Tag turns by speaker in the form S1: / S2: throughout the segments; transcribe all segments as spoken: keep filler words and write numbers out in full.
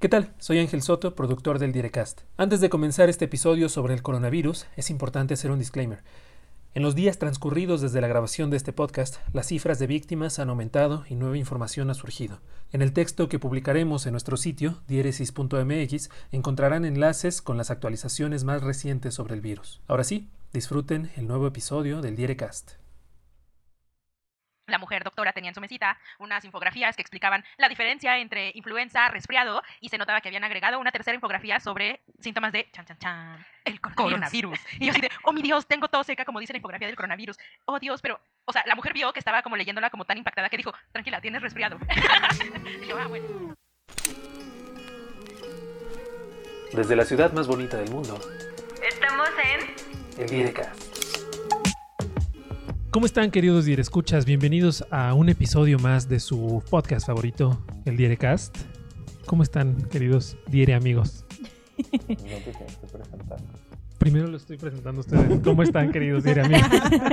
S1: ¿Qué tal? Soy Ángel Soto, productor del Direcast. Antes de comenzar este episodio sobre el coronavirus, es importante hacer un disclaimer. En los días transcurridos desde la grabación de este podcast, las cifras de víctimas han aumentado y nueva información ha surgido. En el texto que publicaremos en nuestro sitio, diéresis punto eme equis, encontrarán enlaces con las actualizaciones más recientes sobre el virus. Ahora sí, disfruten el nuevo episodio del Direcast.
S2: La mujer doctora tenía en su mesita unas infografías que explicaban la diferencia entre influenza, resfriado, y se notaba que habían agregado una tercera infografía sobre síntomas de chan, chan, chan, el coronavirus. coronavirus. Y yo así de, oh mi Dios, tengo tos seca, como dice la infografía del coronavirus. Oh Dios, pero, o sea, la mujer vio que estaba como leyéndola como tan impactada que dijo, tranquila, tienes resfriado. Y yo, ah, bueno.
S1: Desde la ciudad más bonita del mundo,
S3: Estamos en
S1: el Direcast. ¿Cómo están, queridos Direcescuchas? Bienvenidos a un episodio más de su podcast favorito, el Direcast. ¿Cómo están, queridos Dire amigos?
S4: No te tienes que presentar.
S1: Primero lo estoy presentando a ustedes. ¿Cómo están, queridos Dire amigos?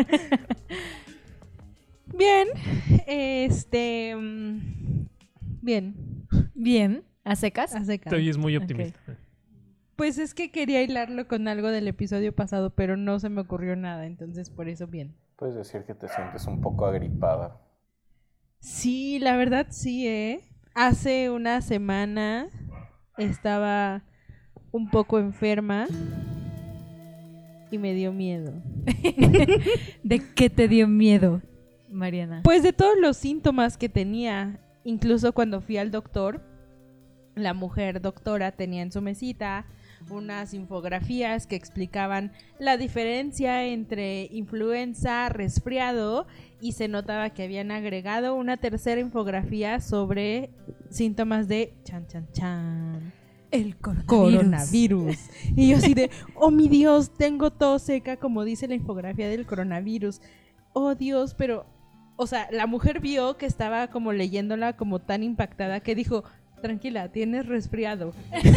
S5: Bien, este... Bien.
S6: Bien, ¿a secas?
S5: A secas.
S1: Estoy es muy optimista.
S6: Okay.
S5: Pues es que quería hilarlo con algo del episodio pasado, pero no se me ocurrió nada, entonces por eso bien.
S4: Puedes decir que te sientes un poco agripada.
S5: Sí, la verdad sí, ¿eh? Hace una semana estaba un poco enferma y me dio miedo.
S6: ¿De qué te dio miedo, Mariana?
S5: Pues de todos los síntomas que tenía. Incluso cuando fui al doctor, la mujer doctora tenía en su mesita unas infografías que explicaban la diferencia entre influenza, resfriado, y se notaba que habían agregado una tercera infografía sobre síntomas de chan chan chan.
S6: El coronavirus.
S5: coronavirus. Y yo así de, oh mi Dios, tengo tos seca, como dice la infografía del coronavirus. Oh Dios, pero, o sea, la mujer vio que estaba como leyéndola como tan impactada que dijo, tranquila, tienes resfriado.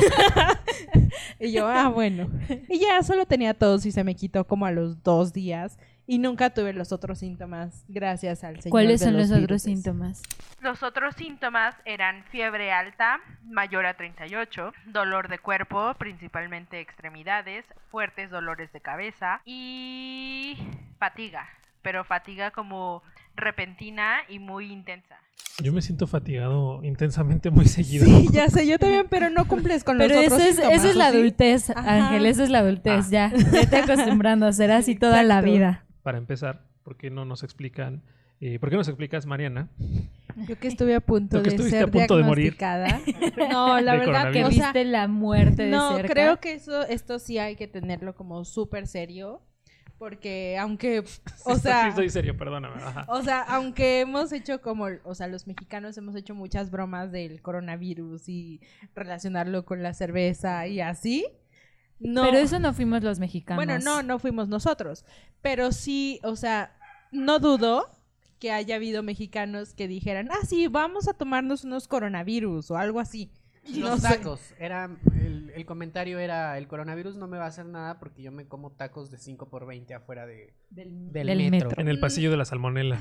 S5: Y yo, ah, bueno. Y ya solo tenía tos y se me quitó como a los dos días. Y nunca tuve los otros síntomas, gracias al Señor.
S6: ¿Cuáles
S5: de
S6: son
S5: los,
S6: los
S5: viruses.
S6: otros síntomas?
S2: Los otros síntomas eran fiebre alta, mayor a treinta y ocho, dolor de cuerpo, principalmente extremidades, fuertes dolores de cabeza y fatiga, pero fatiga como repentina y muy intensa.
S1: Yo me siento fatigado intensamente muy seguido.
S5: Sí, ya sé, yo también, pero no cumples con
S6: Pero
S5: los otros
S6: ese es,
S5: síntomas.
S6: esa es la
S5: ¿sí?
S6: adultez,
S5: Ajá.
S6: Ángel, esa es la adultez,
S1: Ah.
S6: ya. Vete acostumbrando a ser así toda la
S5: Exacto.
S6: vida.
S1: Para empezar, ¿por qué no nos explican? Eh, ¿Por qué nos explicas, Mariana?
S5: Yo que estuve a punto
S1: Tú que
S5: de
S1: estuviste
S5: ser
S1: a punto de morir.
S5: diagnosticada. No, la
S1: De
S5: verdad que,
S1: coronavirus.
S5: o
S6: Que
S5: sea,
S6: viste la muerte de
S5: no,
S6: cerca.
S5: creo que eso, esto sí hay que tenerlo como súper serio, porque aunque, o
S1: Sí,
S5: sea,
S1: sí, soy serio, perdóname. Ajá.
S5: o sea, aunque hemos hecho como, o sea, los mexicanos hemos hecho muchas bromas del coronavirus y relacionarlo con la cerveza y así, no.
S6: Pero eso no fuimos los mexicanos.
S5: Bueno, no, no fuimos nosotros, pero sí, o sea, no dudo que haya habido mexicanos que dijeran, ah, sí, vamos a tomarnos unos coronavirus o algo así. No
S7: Los
S5: sé.
S7: tacos, era el, el comentario era, el coronavirus no me va a hacer nada porque yo me como tacos de cinco por veinte afuera de,
S5: Del-
S7: del,
S6: del
S7: metro.
S6: metro.
S1: En el pasillo de la salmonela.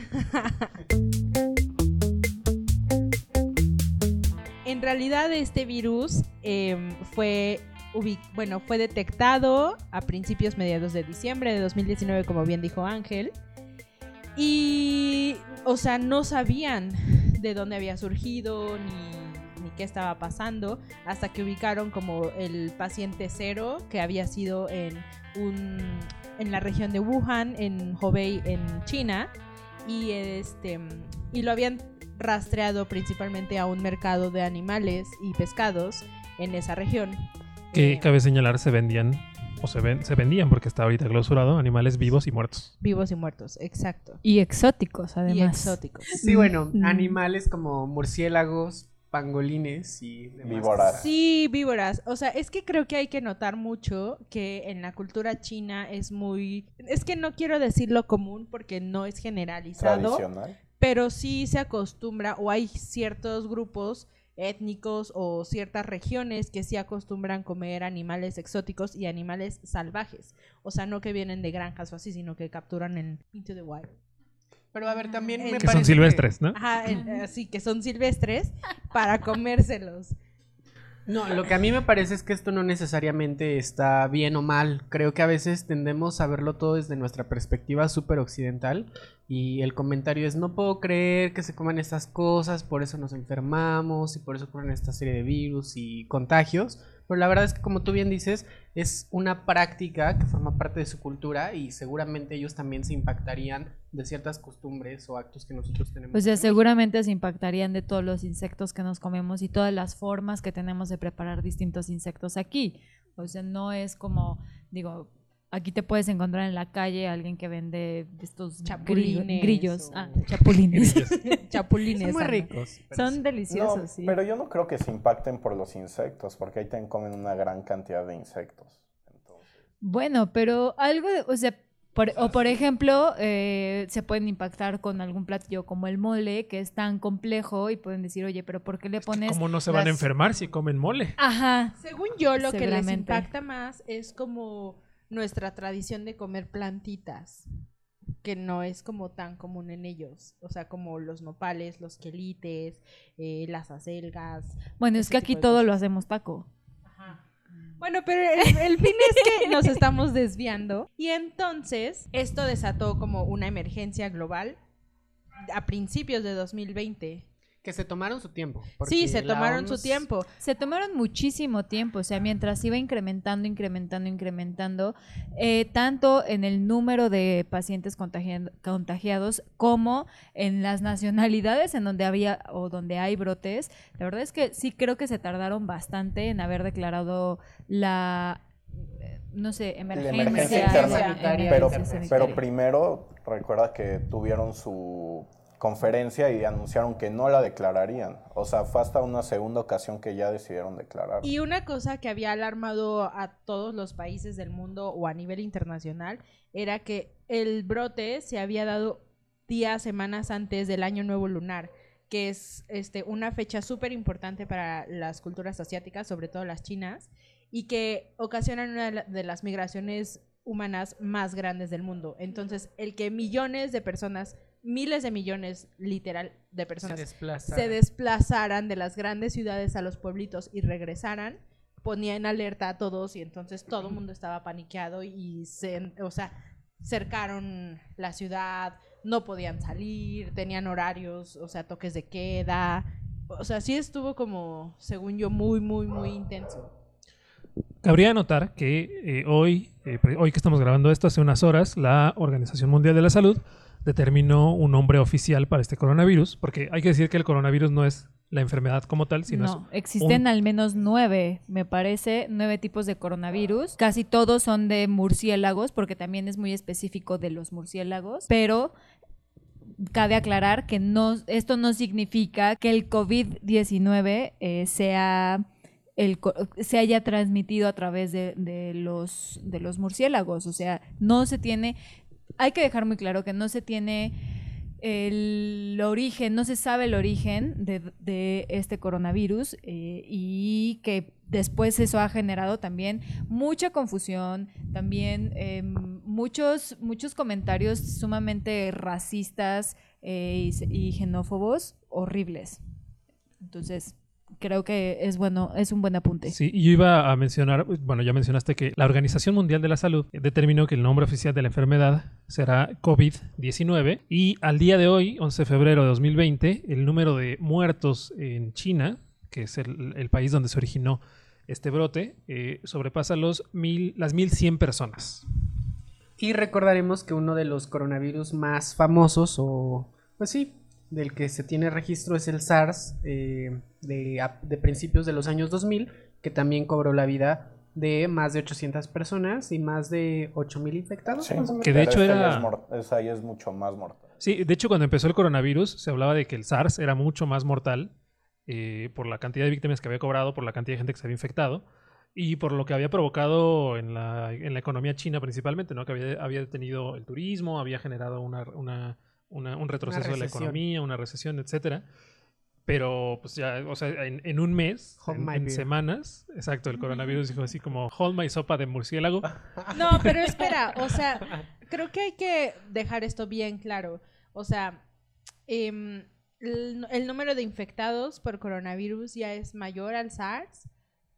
S5: En realidad este virus eh, fue, ubi- bueno, fue detectado a principios mediados de diciembre de dos mil diecinueve, como bien dijo Ángel. Y, o sea, no sabían de dónde había surgido ni, ni qué estaba pasando hasta que ubicaron como el paciente cero que había sido en, un, en la región de Wuhan, en Hubei, en China. Y, este, y lo habían rastreado principalmente a un mercado de animales y pescados en esa región.
S1: Que
S5: Eh,
S1: cabe señalar, se vendían, o se, ven, se vendían, porque está ahorita clausurado, animales vivos y muertos.
S5: Vivos y muertos, exacto.
S6: Y exóticos, además.
S5: Y exóticos.
S7: Sí, bueno,
S6: Mm.
S7: animales como murciélagos, pangolines y demás.
S4: Víboras.
S5: Sí, víboras. O sea, es que creo que hay que notar mucho que en la cultura china es muy... Es que no quiero decirlo común porque no es generalizado,
S4: Tradicional.
S5: pero sí se acostumbra, o hay ciertos grupos étnicos o ciertas regiones que sí acostumbran comer animales exóticos y animales salvajes. O sea, no que vienen de granjas o así, sino que capturan en Into the Wild.
S7: Pero a ver, también me
S5: Que
S1: Que
S7: parece
S1: son silvestres, ¿no?
S5: Ajá, el- así que son silvestres para comérselos.
S7: No, lo que a mí me parece es que esto no necesariamente está bien o mal. Creo que a veces tendemos a verlo todo desde nuestra perspectiva súper occidental y el comentario es: no puedo creer que se coman estas cosas, por eso nos enfermamos y por eso ocurren esta serie de virus y contagios. Pero la verdad es que, como tú bien dices, es una práctica que forma parte de su cultura y seguramente ellos también se impactarían de ciertas costumbres o actos que nosotros tenemos.
S6: O sea, seguramente se impactarían de todos los insectos que nos comemos y todas las formas que tenemos de preparar distintos insectos aquí. O sea, no es como, digo, aquí te puedes encontrar en la calle a alguien que vende estos
S5: Chapulines
S6: grillo- grillos.
S5: o-
S6: Ah, chapulines.
S5: Chapulines.
S7: Son muy
S5: Ana.
S7: ricos. pero
S6: Son
S7: sí.
S6: deliciosos,
S4: No,
S6: sí.
S4: pero yo no creo que se impacten por los insectos, porque ahí también comen una gran cantidad de insectos. Entonces,
S6: Bueno, pero algo, de- o sea, por, o por ejemplo, eh, se pueden impactar con algún platillo como el mole, que es tan complejo y pueden decir, oye, pero ¿por qué le pones?
S1: ¿Cómo no se van a
S6: las-
S1: enfermar si comen mole?
S6: Ajá.
S5: Según yo, lo que les
S6: Seguramente.
S5: impacta más es como nuestra tradición de comer plantitas, que no es como tan común en ellos. O sea, como los nopales, los quelites, eh, las acelgas.
S6: Bueno, es
S5: ese
S6: que aquí
S5: tipo de
S6: todo
S5: cosas.
S6: lo hacemos taco.
S5: Bueno, pero el, el fin es que nos estamos desviando. Y entonces, esto desató como una emergencia global a principios de dos mil veinte.
S7: Que se tomaron su tiempo.
S5: Sí,
S7: porque
S5: se
S7: la
S5: tomaron
S7: O
S5: su
S7: M S
S5: tiempo.
S6: Se tomaron muchísimo tiempo, o sea, mientras iba incrementando, incrementando, incrementando, eh, tanto en el número de pacientes contagia- contagiados como en las nacionalidades en donde había o donde hay brotes. La verdad es que sí creo que se tardaron bastante en haber declarado la, eh, no sé, emergencia,
S4: emergencia
S7: interna.
S6: sanitaria,
S4: pero,
S6: emergencia
S4: pero
S6: sanitaria.
S4: primero, recuerda que tuvieron su conferencia y anunciaron que no la declararían. O sea, fue hasta una segunda ocasión que ya decidieron declarar.
S5: Y una cosa que había alarmado a todos los países del mundo o a nivel internacional era que el brote se había dado días, semanas antes del Año Nuevo Lunar, que es este, una fecha súper importante para las culturas asiáticas, sobre todo las chinas, y que ocasionan una de la- de las migraciones humanas más grandes del mundo. Entonces, el que millones de personas, miles de millones literal de
S7: se
S5: personas
S7: desplaza.
S5: se desplazaran de las grandes ciudades a los pueblitos y regresaran, ponía en alerta a todos y entonces todo el mundo estaba paniqueado y se, o sea, cercaron la ciudad, no podían salir, tenían horarios, o sea, toques de queda, o sea, sí estuvo como, según yo, muy, muy, muy intenso.
S1: Cabría notar que eh, hoy, eh, pre- hoy que estamos grabando esto, hace unas horas, la Organización Mundial de la Salud determinó un nombre oficial para este coronavirus, porque hay que decir que el coronavirus no es la enfermedad como tal, sino
S6: No, existen
S1: un-
S6: al menos nueve, me parece, nueve tipos de coronavirus. Casi todos son de murciélagos, porque también es muy específico de los murciélagos, pero cabe aclarar que no, esto no significa que el COVID diecinueve eh, sea el, co- se haya transmitido a través de, de los, de los murciélagos. O sea, no se tiene, hay que dejar muy claro que no se tiene el origen, no se sabe el origen de, de este coronavirus eh, y que después eso ha generado también mucha confusión, también eh, muchos, muchos comentarios sumamente racistas eh, y, y xenófobos horribles. Entonces, creo que es bueno, es un buen apunte.
S1: Sí, y yo iba a mencionar, bueno, ya mencionaste que la Organización Mundial de la Salud determinó que el nombre oficial de la enfermedad será COVID diecinueve y al día de hoy, once de febrero de dos mil veinte, el número de muertos en China, que es el, el país donde se originó este brote, eh, sobrepasa los mil, las mil cien personas.
S7: Y recordaremos que uno de los coronavirus más famosos, o pues sí, del que se tiene registro es el SARS eh, de, a- de principios de los años dos mil, que también cobró la vida de más de ochocientas personas y más de ocho mil infectados.
S4: Sí,
S7: más o menos.
S1: Que de
S4: pero
S1: hecho
S4: esta
S1: era-
S4: ya es mor- esa ya es mucho más mortal.
S1: Sí, de hecho cuando empezó el coronavirus se hablaba de que el SARS era mucho más mortal eh, por la cantidad de víctimas que había cobrado, por la cantidad de gente que se había infectado y por lo que había provocado en la, en la economía china principalmente, ¿no? Que había, había detenido el turismo, había generado una, una, una- un retroceso de la
S7: recesión.
S1: economía, una recesión, etcétera. Pero pues ya, o sea, en, en un mes,
S7: Hold
S1: en,
S7: my
S1: en
S7: beer.
S1: semanas, exacto, el coronavirus dijo así como hold my sopa de murciélago.
S5: No, pero espera, o sea, creo que hay que dejar esto bien claro. O sea, em, el, el número de infectados por coronavirus ya es mayor al SARS,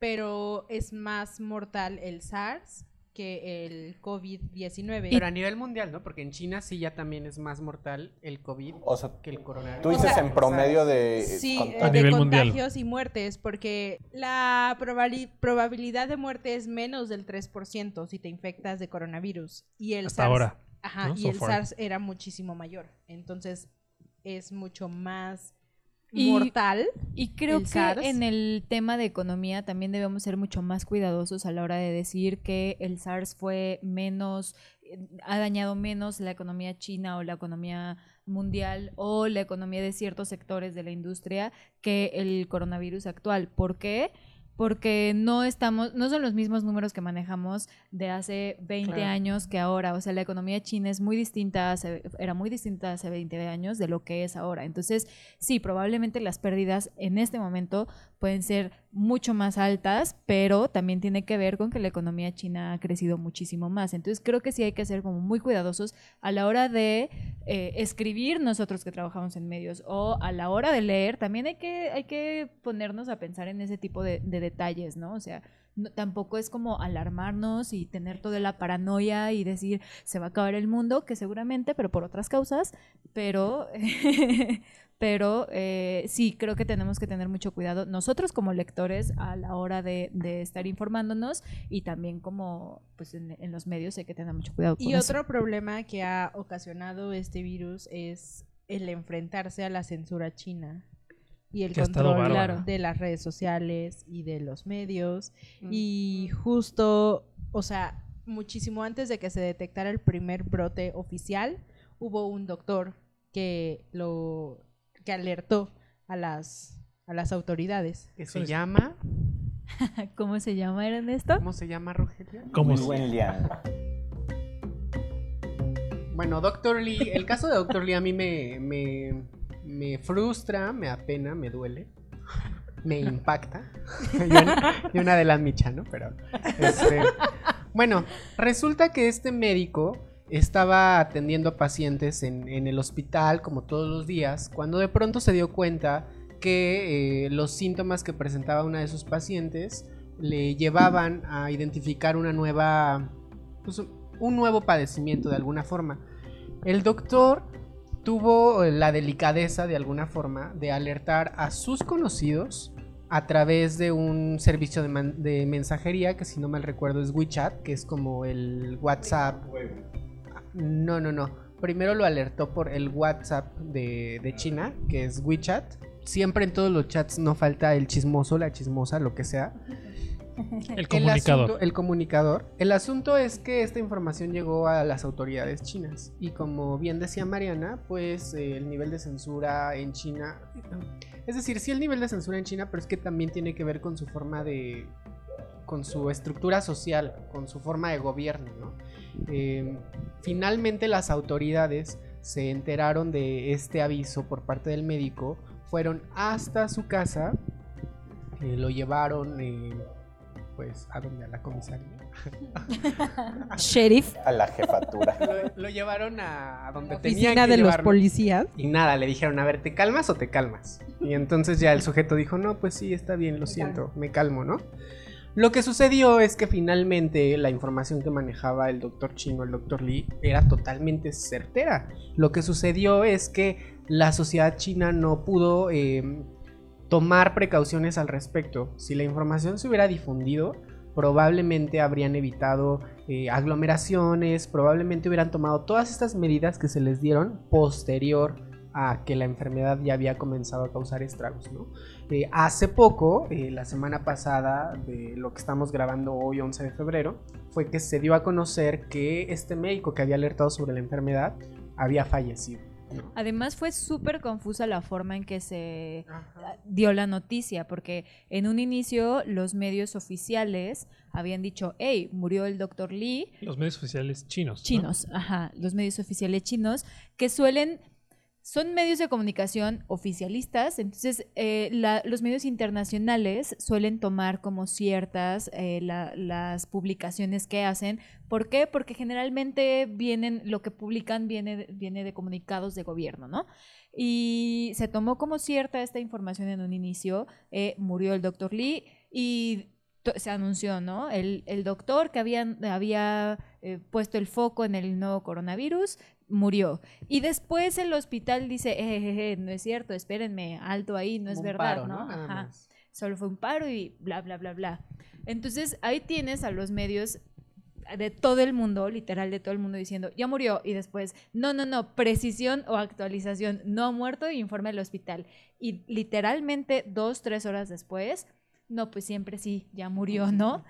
S5: pero es más mortal el SARS que el COVID diecinueve.
S7: Pero a nivel mundial, ¿no? Porque en China sí ya también es más mortal el COVID
S4: O sea,
S7: que el coronavirus.
S4: tú dices
S5: O sea,
S4: en promedio de
S5: Sí,
S4: contagio.
S5: eh,
S1: A
S5: de
S1: nivel mundial.
S5: contagios y muertes, porque la probali- probabilidad de muerte es menos del tres por ciento si te infectas de coronavirus. Y el
S1: Hasta
S5: SARS,
S1: ahora,
S5: Ajá,
S1: ¿no?
S5: y
S1: So
S5: el
S1: far.
S5: SARS era muchísimo mayor. Entonces es mucho más
S6: Y-
S5: mortal.
S6: Y creo
S5: el
S6: que
S5: SARS.
S6: en el tema de economía también debemos ser mucho más cuidadosos a la hora de decir que el SARS fue menos, eh, ha dañado menos la economía china o la economía mundial o la economía de ciertos sectores de la industria que el coronavirus actual. ¿Por qué? Porque no estamos, no son los mismos números que manejamos de hace veinte
S7: Claro.
S6: años que ahora. O sea, la economía china es muy distinta, hace- era muy distinta hace veinte años de lo que es ahora. Entonces, sí, probablemente las pérdidas en este momento pueden ser mucho más altas, pero también tiene que ver con que la economía china ha crecido muchísimo más. Entonces, creo que sí hay que ser como muy cuidadosos a la hora de eh, escribir nosotros que trabajamos en medios o a la hora de leer. También hay que, hay que ponernos a pensar en ese tipo de, de detalles, ¿no? O sea, no- tampoco es como alarmarnos y tener toda la paranoia y decir se va a acabar el mundo, que seguramente, pero por otras causas, pero, pero eh, sí, creo que tenemos que tener mucho cuidado nosotros como lectores a la hora de, de estar informándonos y también como pues en, en los medios hay que tener mucho cuidado con
S5: Y
S6: eso.
S5: otro problema que ha ocasionado este virus es el enfrentarse a la censura china y el
S1: Que ha estado
S5: control
S1: bárbaro.
S5: de las redes sociales y de los medios.
S7: Mm.
S5: Y justo, o sea, muchísimo antes de que se detectara el primer brote oficial, hubo un doctor que lo que alertó a las a las autoridades.
S7: Que se llama...
S6: ¿Cómo se llama Ernesto?
S7: ¿Cómo se llama, Rogelio?
S1: Como
S4: Wen Liang.
S7: Bueno, doctor Lee, el caso de doctor Lee a mí me, me, me frustra, me apena, me duele, me impacta. y, una, y una de las michas, ¿no? Pero, este, bueno, resulta que este médico estaba atendiendo a pacientes en, en el hospital como todos los días, cuando de pronto se dio cuenta que eh, los síntomas que presentaba una de sus pacientes le llevaban a identificar una nueva, pues, un nuevo padecimiento de alguna forma. El doctor tuvo la delicadeza de alguna forma de alertar a sus conocidos a través de un servicio de, man- de mensajería que si no mal recuerdo es WeChat, que es como el WhatsApp. No, no, no. Primero lo alertó por el WhatsApp de, de China, que es WeChat. Siempre en todos los chats no falta el chismoso, la chismosa, lo que sea.
S1: el comunicador.
S7: asunto- el comunicador. El asunto es que esta información llegó a las autoridades chinas. Y como bien decía Mariana, pues eh, el nivel de censura en China... Es decir, sí el nivel de censura en China, pero es que también tiene que ver con su forma de... con su estructura social, con su forma de gobierno, ¿no? Eh, finalmente las autoridades se enteraron de este aviso por parte del médico, fueron hasta su casa, eh, lo llevaron... Eh, pues a donde a la comisaría
S5: Sheriff,
S4: A la jefatura.
S7: lo, lo llevaron a, a donde tenían
S5: oficina
S7: que
S5: de los
S7: llevarlo.
S5: policías.
S7: Y nada, le dijeron, a ver, ¿te calmas o te calmas? Y entonces ya el sujeto dijo, no, pues sí, está bien, lo siento, me calmo, ¿no? Lo que sucedió es que finalmente la información que manejaba el doctor chino, el doctor Lee, era totalmente certera. Lo que sucedió es que la sociedad china no pudo eh, tomar precauciones al respecto. Si la información se hubiera difundido, probablemente habrían evitado eh, aglomeraciones, probablemente hubieran tomado todas estas medidas que se les dieron posterior a que la enfermedad ya había comenzado a causar estragos, ¿no? Eh, hace poco, eh, la semana pasada, de lo que estamos grabando hoy, once de febrero, fue que se dio a conocer que este médico que había alertado sobre la enfermedad había fallecido, ¿no?
S6: Además fue súper confusa la forma en que se dio la noticia, porque en un inicio los medios oficiales habían dicho, hey, murió el doctor Lee.
S1: Los medios oficiales chinos. ¿no?
S6: Chinos, ajá, los medios oficiales chinos, que suelen, son medios de comunicación oficialistas, entonces eh, la- los medios internacionales suelen tomar como ciertas eh, la- las publicaciones que hacen. ¿Por qué? Porque generalmente vienen, lo que publican viene, viene de comunicados de gobierno, ¿no? Y se tomó como cierta esta información en un inicio, eh, murió el doctor Lee y to- se anunció, ¿no? El, el doctor que había, había eh, puesto el foco en el nuevo coronavirus murió. Y después el hospital dice, eh, eh, eh, no es cierto, espérenme, alto ahí, no es
S7: Un
S6: verdad,
S7: paro,
S6: ¿no?
S7: Nada
S6: Ajá.
S7: más.
S6: Solo fue un paro y bla, bla, bla, bla. Entonces ahí tienes a los medios de todo el mundo, literal de todo el mundo diciendo, ya murió, y después, no, no, no, precisión o actualización, no ha muerto, y informe al hospital. Y literalmente dos, tres horas después, no, pues siempre sí, ya murió, ¿no?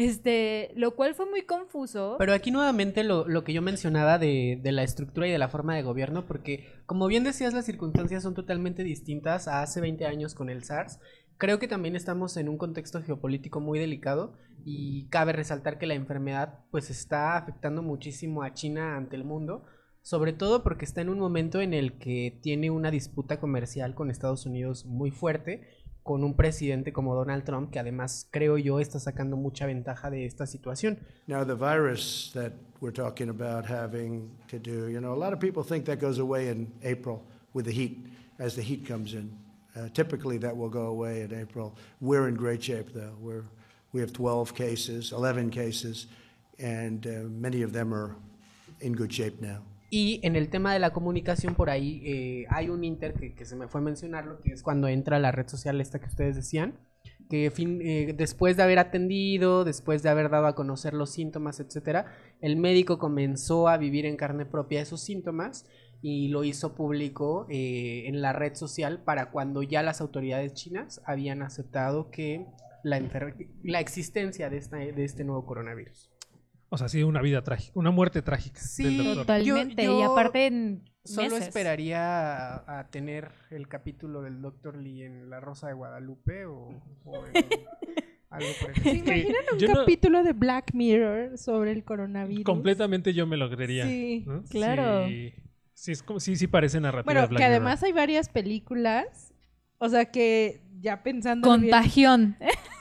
S6: Este, lo cual fue muy confuso.
S7: Pero aquí nuevamente lo, lo que yo mencionaba de, de la estructura y de la forma de gobierno, porque como bien decías, las circunstancias son totalmente distintas a hace veinte años con el SARS. Creo que también estamos en un contexto geopolítico muy delicado y cabe resaltar que la enfermedad pues está afectando muchísimo a China ante el mundo, sobre todo porque está en un momento en el que tiene una disputa comercial con Estados Unidos muy fuerte, con un presidente como Donald Trump, que además creo yo está sacando mucha ventaja de esta situación.
S8: Now, the virus that we're talking about having to do, you know, a lot of people think that goes away in April with the heat, as the heat comes in. Uh, typically, that will go away in April. We're in great shape, though. We're, we have twelve cases, eleven cases, and uh, many of them are in good shape now.
S7: Y en el tema de la comunicación, por ahí eh, hay un inter que, que se me fue a mencionarlo, que es cuando entra la red social esta que ustedes decían, que fin, eh, después de haber atendido, después de haber dado a conocer los síntomas, etcétera, el médico comenzó a vivir en carne propia esos síntomas y lo hizo público eh, en la red social para cuando ya las autoridades chinas habían aceptado que la, enfer- la existencia de, esta, de este nuevo coronavirus.
S1: O sea, sí, una vida trágica, una muerte trágica
S7: Sí,
S1: del doctor.
S6: Totalmente,
S7: Yo-
S6: y
S7: yo
S6: aparte en
S7: Solo
S6: meses.
S7: esperaría a, a tener el capítulo del doctor Lee en La Rosa de Guadalupe o, o en algo por el
S5: ¿Se
S7: estilo.
S5: imaginan un
S1: yo no-
S5: capítulo de Black Mirror sobre el coronavirus?
S1: Completamente yo me lo creería.
S5: Sí,
S1: ¿no?
S6: claro.
S1: Sí, sí, es como, sí, sí parece narrativa
S5: Bueno,
S1: de Black
S5: que
S1: Mirror.
S5: además hay varias películas, o sea que ya pensando
S6: Contagión.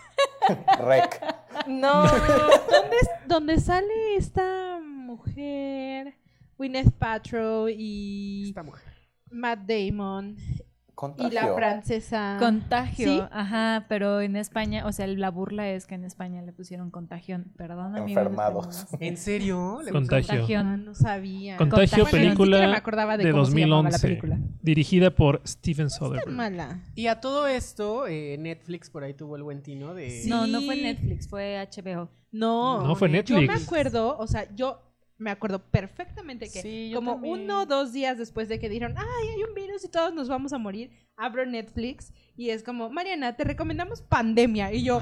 S4: Rec.
S5: No, ¿dónde, es- dónde sale esta mujer? Gwyneth Paltrow y
S7: Esta mujer.
S5: Matt Damon y
S4: Contagio.
S5: la francesa.
S6: Contagio,
S5: ¿Sí?
S6: ajá, pero en España, o sea, la burla es que en España le pusieron contagión. Perdón, amigos.
S4: Enfermados.
S7: ¿En serio? ¿Le
S1: Contagio.
S5: Ah,
S6: Contagión.
S5: no sabía.
S1: Contagio,
S6: Contagio.
S5: Bueno, ni siquiera me
S1: película
S5: acordaba de,
S1: de
S5: cómo se llamaba la
S1: dos mil once,
S5: película.
S1: dirigida por Steven
S5: Tan
S1: Soderbergh.
S5: mala.
S7: Y a todo esto, eh, Netflix por ahí tuvo el buen tino de...
S5: Sí.
S6: No, no fue Netflix, fue H B O.
S5: No,
S1: No, fue
S5: Yo me
S1: Netflix.
S5: acuerdo, o sea, yo me acuerdo perfectamente que
S7: Sí, yo
S5: como
S7: también.
S5: uno o dos días después de que dijeron, ay, hay un virus y todos nos vamos a morir, abro Netflix y es como, Mariana, te recomendamos Pandemia. Y yo,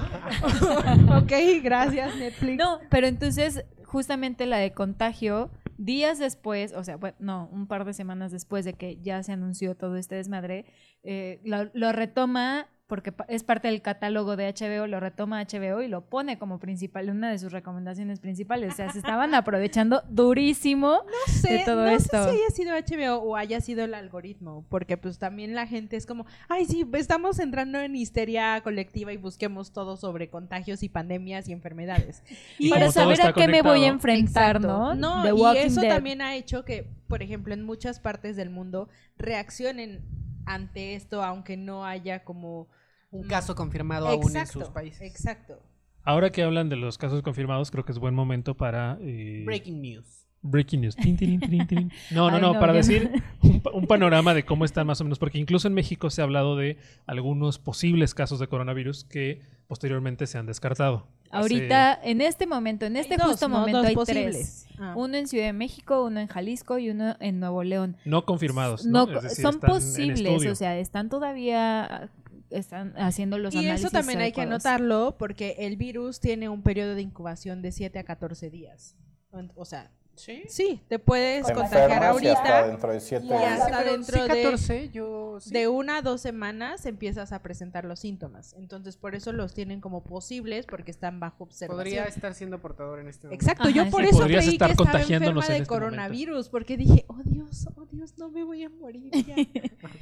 S5: ok, gracias Netflix.
S6: No, pero entonces, justamente la de Contagio, días después, o sea, bueno, no, un par de semanas después de que ya se anunció todo este desmadre, eh, lo, lo retoma, porque pa- es parte del catálogo de H B O, lo retoma H B O y lo pone como principal, una de sus recomendaciones principales. O sea, se estaban aprovechando durísimo
S5: No sé,
S6: de todo
S5: no
S6: esto.
S5: sé si haya sido H B O o haya sido el algoritmo, porque pues también la gente es como, ay, sí, estamos entrando en histeria colectiva y busquemos todo sobre contagios y pandemias y enfermedades. Y
S6: Para
S1: Como todo
S6: saber a
S1: está
S6: qué me voy a
S1: conectado.
S6: enfrentar,
S5: Exacto.
S6: ¿no?
S5: No,
S6: The
S5: y
S6: Walking
S5: eso
S6: Dead.
S5: también ha hecho que, por ejemplo, en muchas partes del mundo reaccionen ante esto, aunque no haya como...
S7: Un caso confirmado aún en sus países.
S5: Exacto.
S1: Ahora que hablan de los casos confirmados, creo que es buen momento para... eh,
S7: Breaking news.
S1: Breaking news. Tin, tin, tin, tin. No, no,
S6: Ay,
S1: no,
S6: no,
S1: para
S6: yo
S1: decir un, pa- un panorama de cómo están más o menos, porque incluso en México se ha hablado de algunos posibles casos de coronavirus que posteriormente se han descartado.
S6: Ahorita, en este momento, en este
S5: Hay dos,
S6: justo
S5: ¿no?
S6: momento
S5: Dos
S6: hay
S5: posibles.
S6: tres.
S5: Ah.
S6: Uno en Ciudad de México, uno en Jalisco y uno en Nuevo León.
S1: Hace no confirmados, ¿no?
S6: No,
S1: Es decir,
S6: son
S1: están en
S6: posibles,
S1: estudio.
S6: o sea, están todavía están haciendo los
S5: Y
S6: análisis
S5: eso también hay que
S6: adecuados.
S5: anotarlo porque el virus tiene un periodo de incubación de siete a catorce días. O sea,
S7: ¿Sí?
S5: sí, te puedes
S4: Te
S5: contagiar
S4: enfermas y hasta
S5: ahorita.
S4: dentro de siete
S5: y hasta
S4: días.
S7: pero
S5: dentro
S7: sí,
S5: de-
S7: catorce, yo... sí.
S5: De una a dos semanas empiezas a presentar los síntomas. Entonces, por eso los tienen como posibles porque están bajo observación.
S7: Podría estar siendo portador en este momento.
S5: Exacto,
S6: Ajá,
S5: yo por
S6: sí.
S5: eso
S1: Podrías
S5: creí
S1: estar
S5: que estaba
S1: contagiándonos
S5: enferma
S1: en
S5: de
S1: este momento.
S5: coronavirus, porque dije, oh Dios, oh Dios, no me voy a morir ya.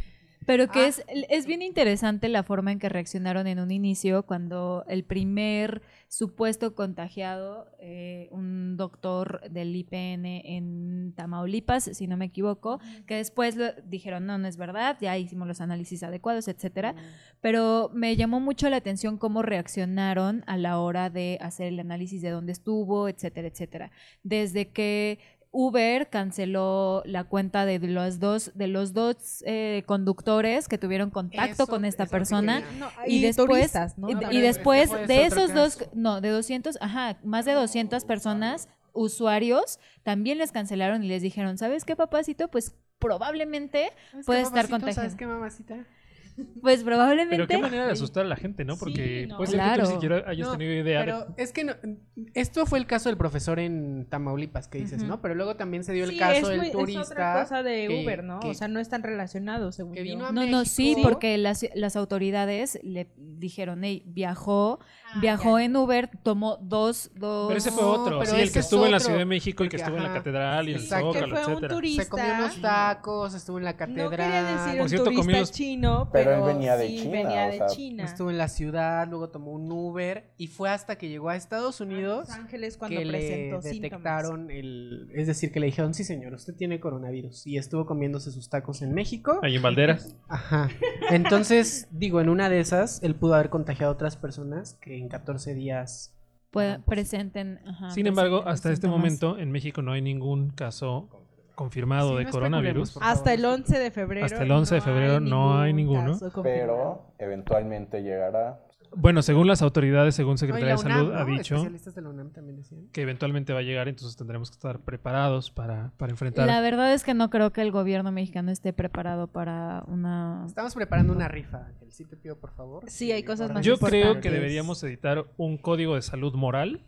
S6: Pero que
S7: Ah.
S6: es, es bien interesante la forma en que reaccionaron en un inicio cuando el primer supuesto contagiado, eh, un doctor del I P N en Tamaulipas, si no me equivoco, que después lo, dijeron, no, no es verdad, ya hicimos los análisis adecuados, etcétera. Pero me llamó mucho la atención cómo reaccionaron a la hora de hacer el análisis de dónde estuvo, etcétera, etcétera. Desde que Uber canceló la cuenta de los dos, de los dos eh, conductores que tuvieron contacto
S7: Eso-
S6: con esta
S7: eso
S6: persona.
S7: quería.
S5: No,
S6: Y después,
S5: turistas, ¿no?
S6: y,
S5: También.
S6: y después
S7: Ese fue
S6: de
S7: otro
S6: esos dos,
S7: caso.
S6: no, de doscientos, ajá, más de doscientas personas, usuarios, también les cancelaron y les dijeron, ¿sabes qué, papacito? Pues probablemente
S7: ¿Sabes
S6: puede
S7: qué,
S6: estar
S7: papacito?
S6: contagiado.
S7: ¿Sabes qué, mamacita?
S6: Pues probablemente.
S1: Pero qué manera de asustar a la gente, ¿no? Porque
S5: Sí, no.
S1: puede ser que tú ni
S6: Claro.
S1: siquiera hayas
S7: No,
S1: tenido idea
S7: Pero
S1: de...
S7: es que no, esto fue el caso del profesor en Tamaulipas que dices,
S6: Ujú.
S7: ¿no? Pero luego también se dio el
S5: Sí,
S7: caso
S5: es
S7: del
S5: muy-
S7: turista.
S5: Es otra cosa de
S7: que-
S5: Uber, ¿no?
S7: que-
S5: o sea, no están relacionados, según
S7: que
S5: yo.
S7: vino a
S6: No, no, sí,
S7: México.
S6: porque las, las autoridades le dijeron, hey, viajó,
S5: Ah,
S6: viajó
S5: ya.
S6: en Uber, tomó dos, dos...
S1: Pero ese fue
S7: No,
S1: otro,
S7: pero
S1: sí, el
S7: ese
S1: que
S7: es
S1: estuvo en la
S7: otro,
S1: Ciudad de México y que
S7: porque,
S1: estuvo en la
S7: ajá,
S1: catedral y el
S7: exacto.
S5: Que
S1: Zócalo,
S5: fue un
S1: etcétera.
S5: turista.
S7: Se comió unos tacos, estuvo en la catedral.
S5: No quería decir
S1: Por
S5: un
S1: cierto,
S5: turista
S1: comió los-
S5: chino,
S4: Pero
S5: pero,
S4: él venía de
S5: sí
S4: China,
S5: venía
S4: o
S5: de
S4: sea,
S5: China.
S7: Estuvo en la ciudad, luego tomó un Uber y fue hasta que llegó a Estados Unidos
S5: Los Ángeles cuando
S7: que le
S5: presentó
S7: detectaron el... Es decir, que le dijeron, sí señor, usted tiene coronavirus. Y estuvo comiéndose sus tacos en México.
S1: Ahí en Valderas.
S7: Ajá. Entonces, digo, en una de esas, él pudo haber contagiado a otras personas que en catorce días...
S6: Pues,
S7: daban positivo.
S6: presenten. ajá,
S1: Sin embargo,
S6: presenten los
S1: hasta este
S6: síntomas.
S1: momento en México no hay ningún caso confirmado
S7: Sí,
S1: de
S7: no
S1: coronavirus.
S7: especulemos, por
S5: Hasta
S7: favor.
S5: el once de febrero.
S1: Hasta el once de febrero no hay
S5: ningún
S1: ninguno.
S5: caso confirmado.
S4: Pero eventualmente llegará.
S1: Bueno, según las autoridades, según
S7: No, y
S1: Secretaría
S7: la
S1: de Salud,
S7: UNAM,
S1: ha
S7: ¿no?
S1: dicho
S7: Especialistas de la UNAM también decían.
S1: que eventualmente va a llegar, entonces tendremos que estar preparados para, para enfrentar.
S6: La verdad es que no creo que el gobierno mexicano esté preparado para una...
S7: Estamos preparando una rifa, Ángel. Sí te pido, por favor.
S5: Sí, hay cosas más
S1: Yo
S5: importantes.
S1: creo que deberíamos editar un código de salud moral,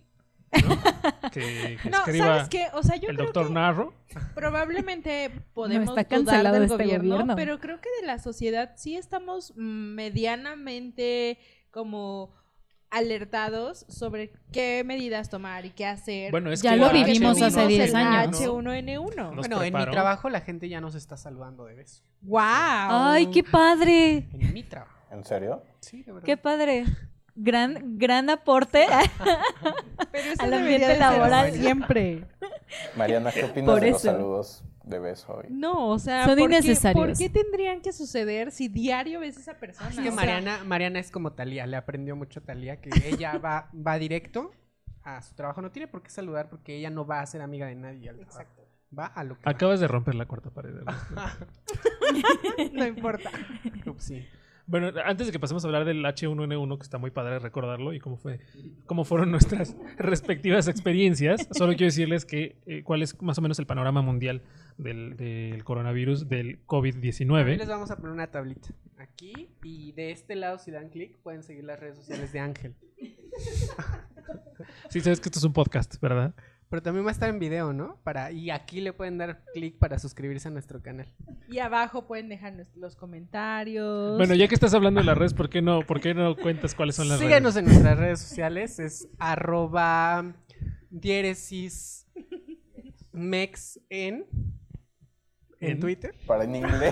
S1: ¿no? que, que
S5: No,
S1: escriba
S5: ¿sabes qué? O sea, yo
S1: el
S5: creo
S1: doctor
S5: que
S1: Narro.
S5: probablemente podemos
S6: está
S5: dudar
S6: cancelado
S5: del
S6: este
S5: gobierno,
S6: gobierno.
S5: pero creo que de la sociedad sí estamos mm, medianamente como alertados sobre qué medidas tomar y qué hacer.
S1: Bueno, es
S6: Ya
S1: que
S6: lo
S1: la
S6: vivimos
S1: H uno
S6: hace diez
S5: el
S6: años.
S5: H uno N uno.
S1: Nos
S7: Bueno, en mi
S1: preparó.
S7: trabajo la gente ya nos está saludando de beso.
S5: ¡Wow!
S6: ¡Ay, qué padre!
S7: En mi trabajo.
S4: ¿En serio?
S7: Sí, de verdad.
S6: ¡Qué padre! Gran, gran aporte.
S5: Pero eso
S6: al
S5: debería
S6: ambiente
S5: de ser
S6: laboral.
S5: siempre.
S4: Mariana, ¿qué opinas
S6: Por
S4: de los
S6: eso.
S4: saludos de beso hoy?
S5: No, o sea,
S6: Son
S5: ¿por qué-
S6: innecesarios.
S5: ¿por qué tendrían que suceder si diario ves a esa persona?
S7: Es que
S5: O sea,
S7: Mariana, Mariana es como Talía, le aprendió mucho Talía que ella va, va directo a su trabajo, no tiene por qué saludar porque ella no va a ser amiga de nadie al trabajo. Va a lo que va.
S1: Acabas de romper la cuarta pared. ¿verdad?
S5: no importa.
S7: Ups, sí.
S1: Bueno, antes de que pasemos a hablar del H uno N uno, que está muy padre recordarlo y cómo fue, cómo fueron nuestras respectivas experiencias, solo quiero decirles que eh, cuál es más o menos el panorama mundial del, del coronavirus, del COVID
S7: Ahí
S1: diecinueve.
S7: les vamos a poner una tablita aquí y de este lado si dan clic pueden seguir las redes sociales de Ángel.
S1: Sí, sabes que esto es un podcast, ¿verdad?
S7: Pero también va a estar en video, ¿no? Para, y aquí le pueden dar clic para suscribirse a nuestro canal.
S5: Y abajo pueden dejar nues- los comentarios.
S1: Bueno, ya que estás hablando de las redes, ¿por qué no, por qué no cuentas cuáles son las
S7: Síganos
S1: redes?
S7: en nuestras redes sociales, es arroba diéresis mex en, en
S1: ¿En?
S7: Twitter.
S4: Para en inglés.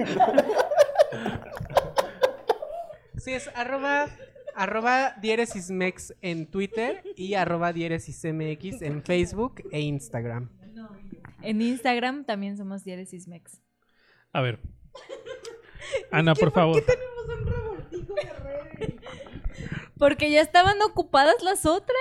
S7: Sí, es arroba, arroba diéresismex en Twitter y arroba diéresismx en Facebook e Instagram.
S6: En Instagram también somos Diéresismex.
S1: A ver. Ana, por favor.
S5: Tenemos un revoltijo de redes.
S6: Porque ya estaban ocupadas las otras.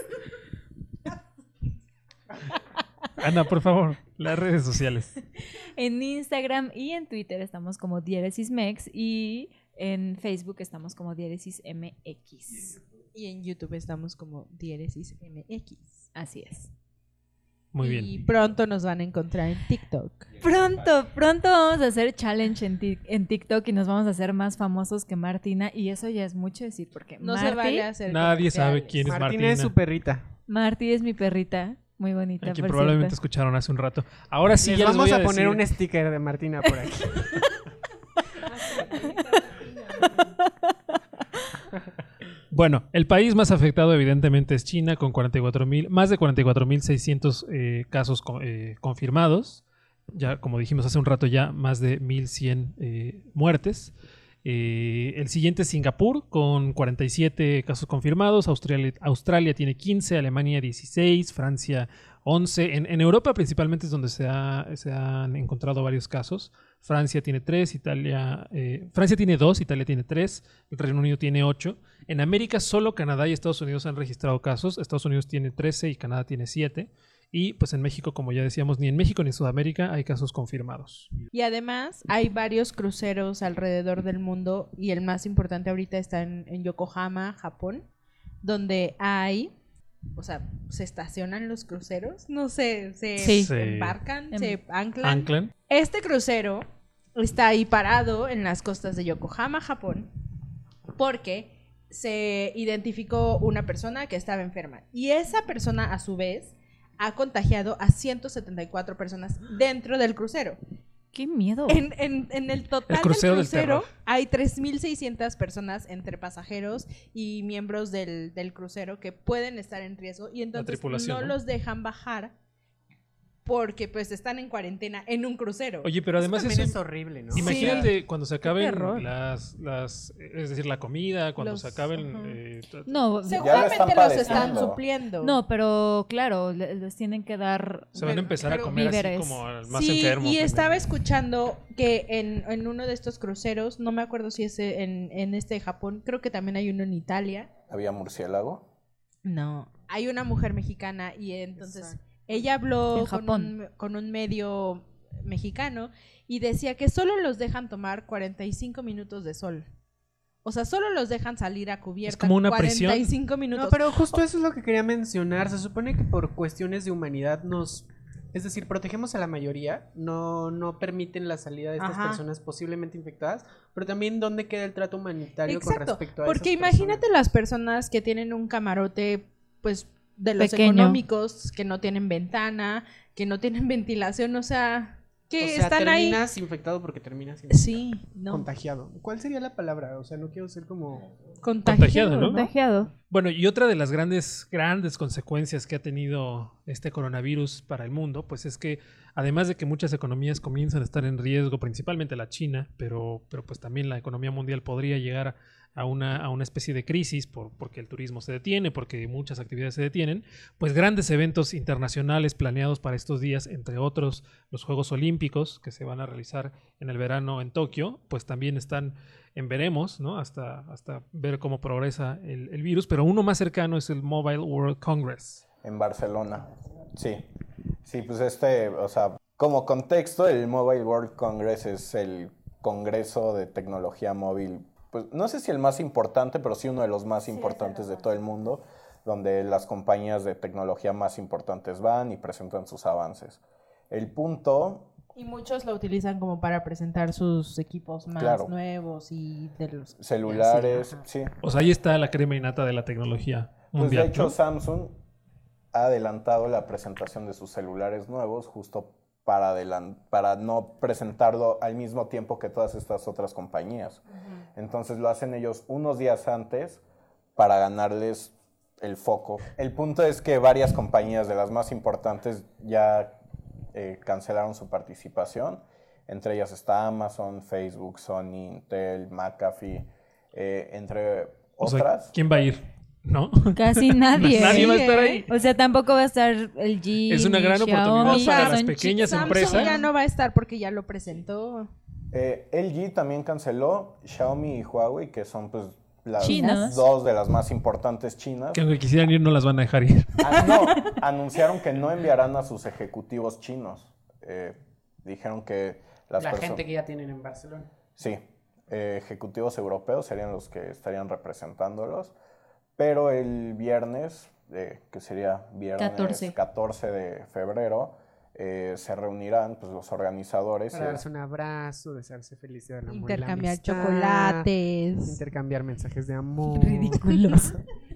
S1: Ana, por favor, las redes sociales.
S6: En Instagram y en Twitter estamos como Diéresismex y en Facebook estamos como DiéresisMX.
S5: Y en YouTube estamos como Diéresis M X.
S6: Así es.
S1: Muy
S5: Y
S1: bien.
S5: pronto nos van a encontrar en TikTok.
S6: Pronto, pronto vamos a hacer challenge en, ti- en TikTok y nos vamos a hacer más famosos que Martina. Y eso ya es mucho decir porque
S5: No
S6: Marti,
S5: se vale hacer
S1: Nadie sabe
S5: comerciales.
S1: quién es
S7: Martina
S1: Martina.
S7: es su perrita.
S6: Marti es mi perrita. Muy bonita,
S1: A quien
S6: por
S1: probablemente
S6: cierto.
S1: escucharon hace un rato. Ahora sí,
S7: Les
S1: ya les
S7: vamos
S1: voy
S7: a,
S1: a,
S7: poner
S1: decir-
S7: un sticker de Martina por aquí.
S1: Bueno, el país más afectado evidentemente es China, con cuarenta y cuatro mil, más de cuarenta y cuatro mil seiscientos eh, casos co- eh, confirmados. ya como dijimos hace un rato ya, más de mil cien eh, muertes. Eh, el siguiente es Singapur, con cuarenta y siete casos confirmados. Australia, Australia tiene quince, Alemania dieciséis, Francia once. En, en Europa principalmente es donde se, ha, se han encontrado varios casos. Francia tiene tres, Italia... Eh, Francia tiene dos, Italia tiene tres, el Reino Unido tiene ocho. En América solo Canadá y Estados Unidos han registrado casos. Estados Unidos tiene trece y Canadá tiene siete. Y pues en México, como ya decíamos, ni en México ni en Sudamérica hay casos confirmados.
S5: Y además hay varios cruceros alrededor del mundo y el más importante ahorita está en, en Yokohama, Japón, donde hay, o sea, se estacionan los cruceros, no sé, se
S6: Sí.
S5: embarcan,
S6: Em-
S5: se anclan.
S1: Anclan.
S5: Este crucero está ahí parado en las costas de Yokohama, Japón, porque se identificó una persona que estaba enferma y esa persona a su vez ha contagiado a ciento setenta y cuatro personas dentro del crucero.
S6: ¡Qué miedo!
S5: En, en, en el total
S1: El crucero
S5: del
S1: del
S5: crucero
S1: terror.
S5: hay tres mil seiscientas personas entre pasajeros y miembros del, del crucero que pueden estar en riesgo y entonces
S1: tripulación,
S5: no
S1: ¿no?
S5: los dejan bajar porque pues están en cuarentena en un crucero.
S1: Oye, pero además
S7: También
S1: eso...
S7: es horrible, ¿no?
S1: Imagínate cuando se acaben
S6: terror.
S1: las, las... Es decir, la comida, cuando
S5: Los-
S1: se acaben...
S5: ajá.
S1: eh, t-
S6: No,
S5: Seguramente
S4: están
S5: los están
S4: padeciendo.
S5: supliendo.
S6: no, pero claro, le- les tienen que dar...
S1: se van a
S5: pero-
S1: empezar a
S5: pero-
S1: comer así
S6: víveres.
S1: como al más
S5: Sí,
S1: enfermo.
S5: y
S1: primero.
S5: estaba escuchando que en, en uno de estos cruceros, no me acuerdo si es en, en este de Japón, creo que también hay uno en Italia.
S4: ¿Había murciélago?
S5: No. Hay una mujer mexicana y entonces
S7: Exacto.
S5: ella habló
S6: En
S5: con
S6: Japón.
S5: un, con un medio mexicano y decía que solo los dejan tomar cuarenta y cinco minutos de sol. O sea, solo los dejan salir a cubierta.
S1: Es como una
S5: cuarenta y cinco minutos.
S7: No, pero justo eso es lo que quería mencionar. Se supone que por cuestiones de humanidad nos... Es decir, protegemos a la mayoría, no, no permiten la salida de estas
S5: Ajá.
S7: personas posiblemente infectadas, pero también dónde queda el trato humanitario con
S5: Exacto,
S7: respecto a
S5: porque
S7: esas
S5: imagínate
S7: personas?
S5: las personas que tienen un camarote, pues, de los
S6: Pequeño.
S5: económicos, que no tienen ventana, que no tienen ventilación, o sea, que
S7: O sea,
S5: están ahí.
S7: terminas infectado porque terminas infectado.
S5: Sí, no.
S7: Contagiado. ¿Cuál sería la palabra? O sea, no quiero ser como...
S1: Contagiado, ¿no?
S6: Contagiado.
S1: Bueno, y otra de las grandes, grandes consecuencias que ha tenido este coronavirus para el mundo, pues es que además de que muchas economías comienzan a estar en riesgo, principalmente la China, pero, pero pues también la economía mundial podría llegar a una, a una especie de crisis por, porque el turismo se detiene, porque muchas actividades se detienen, pues grandes eventos internacionales planeados para estos días, entre otros los Juegos Olímpicos que se van a realizar en el verano en Tokio, pues también están en veremos, ¿no? Hasta, hasta ver cómo progresa el, el virus, pero uno más cercano es el Mobile World Congress.
S4: En Barcelona, sí. Sí, pues este, o sea, como contexto, el Mobile World Congress es el congreso de tecnología móvil, pues no sé si el más importante, pero sí uno de los más importantes de todo el mundo, donde las compañías de tecnología más importantes van y presentan sus avances. El punto...
S5: Y muchos lo utilizan como para presentar sus equipos más
S4: Claro.
S5: nuevos y de los
S4: Celulares,
S5: Sí, ajá.
S4: sí.
S1: O sea, ahí está la crema innata de la tecnología
S4: Pues
S1: mundial,
S4: de hecho
S1: ¿no?
S4: Samsung ha adelantado la presentación de sus celulares nuevos justo para, adelan- para no presentarlo al mismo tiempo que todas estas otras compañías. Entonces lo hacen ellos unos días antes para ganarles el foco. El punto es que varias compañías de las más importantes ya eh, cancelaron su participación. Entre ellas está Amazon, Facebook, Sony, Intel, McAfee, eh, entre
S1: O sea,
S4: otras.
S1: ¿quién va a ir? ¿No?
S6: Casi nadie.
S1: Nadie va a estar
S5: ¿eh?
S1: ahí.
S6: O sea, tampoco va a estar el G.
S1: Es una
S6: ni
S1: gran oportunidad
S6: Xiaomi,
S1: para
S6: que
S1: las
S6: son
S1: pequeñas
S6: chi-
S5: Samsung
S1: empresas.
S5: ya no va a estar porque ya lo presentó.
S4: Eh, L G también canceló, Xiaomi y Huawei, que son pues las
S6: Chinas.
S4: dos de las más importantes chinas.
S1: Que aunque quisieran ir no las van a dejar ir.
S4: Ah, no, anunciaron que no enviarán a sus ejecutivos chinos. Eh, dijeron que las
S7: La
S4: perso-
S7: gente que ya tienen en Barcelona.
S4: Sí, eh, ejecutivos europeos serían los que estarían representándolos. Pero el viernes, eh, que sería viernes
S6: catorce.
S4: catorce de febrero, eh, se reunirán pues, los organizadores.
S7: Para
S4: y-
S7: darse un abrazo, desearse felicidad del amor y la
S5: Intercambiar
S7: amistad,
S5: chocolates.
S7: intercambiar mensajes de amor.
S6: Ridículos.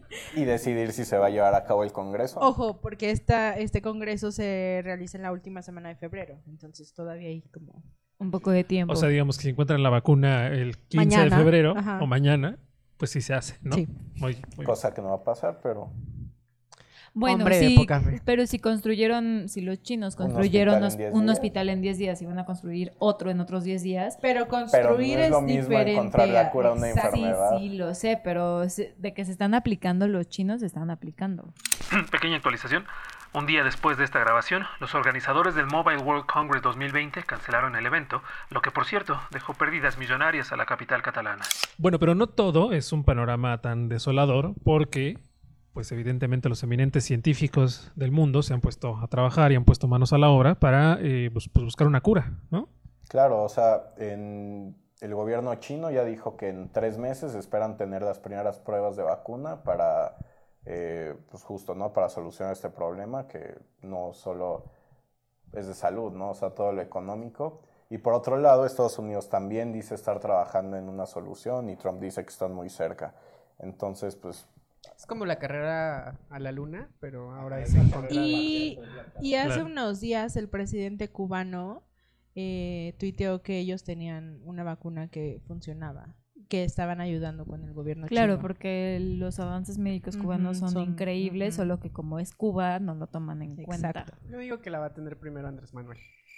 S4: y decidir si se va a llevar a cabo el congreso.
S5: Ojo, porque esta, este congreso se realiza en la última semana de febrero. Entonces todavía hay como...
S6: Un poco de tiempo.
S1: O sea, digamos que si encuentran la vacuna el quince de
S5: Mañana,
S1: febrero
S5: ajá.
S1: o mañana, pues sí se hace, ¿no?
S5: Sí.
S1: Muy, muy
S4: Cosa que no va a pasar, pero
S6: Bueno,
S7: Hombre de
S6: sí,
S7: poca fe.
S6: pero si construyeron, si los chinos
S4: Un
S6: construyeron
S4: hospital en
S6: un
S4: diez
S6: hospital en diez días y van a construir otro en otros diez días.
S5: Pero
S4: Pero
S5: construir
S4: no es
S5: es,
S4: lo mismo
S5: diferente.
S4: encontrar la cura a una
S5: Exacto.
S6: Sí,
S4: enfermedad.
S6: sí, lo sé, pero se- de que se están aplicando los chinos, se están aplicando.
S1: Pequeña actualización. Un día después de esta grabación, los organizadores del Mobile World Congress dos mil veinte cancelaron el evento, lo que por cierto dejó pérdidas millonarias a la capital catalana. Bueno, pero no todo es un panorama tan desolador porque, pues evidentemente los eminentes científicos del mundo se han puesto a trabajar y han puesto manos a la obra para eh, pues, pues buscar una cura, ¿no?
S4: Claro, o sea, en el gobierno chino ya dijo que en tres meses esperan tener las primeras pruebas de vacuna para, eh, pues justo, ¿no? Para solucionar este problema que no solo es de salud, ¿no? O sea, todo lo económico. Y por otro lado, Estados Unidos también dice estar trabajando en una solución y Trump dice que están muy cerca. Entonces, pues...
S7: Es como la carrera a la luna, pero ahora es en contra de-
S5: Y, y hace
S1: Claro.
S5: unos días el presidente cubano eh, tuiteó que ellos tenían una vacuna que funcionaba, que estaban ayudando con el gobierno
S6: Claro,
S5: chino.
S6: porque los avances médicos
S5: Ujú,
S6: cubanos son,
S5: son-
S6: increíbles,
S5: ujú.
S6: solo que como es Cuba, no lo toman en cuenta.
S5: Exacto.
S7: Yo digo que la va a tener primero Andrés Manuel.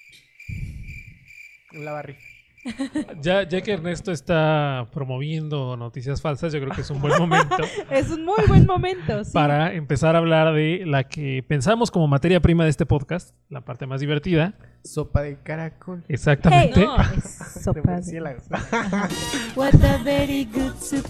S7: La barri.
S1: Ya, ya que Ernesto está promoviendo noticias falsas, yo creo que es un buen momento
S5: Es un muy buen momento. Sí.
S1: para empezar a hablar de la que pensamos como materia prima de este podcast, la parte más divertida.
S7: Sopa de caracol.
S1: Exactamente.
S5: No, es
S7: De
S5: sopa de-
S7: murciélagos.
S6: What a very good soup.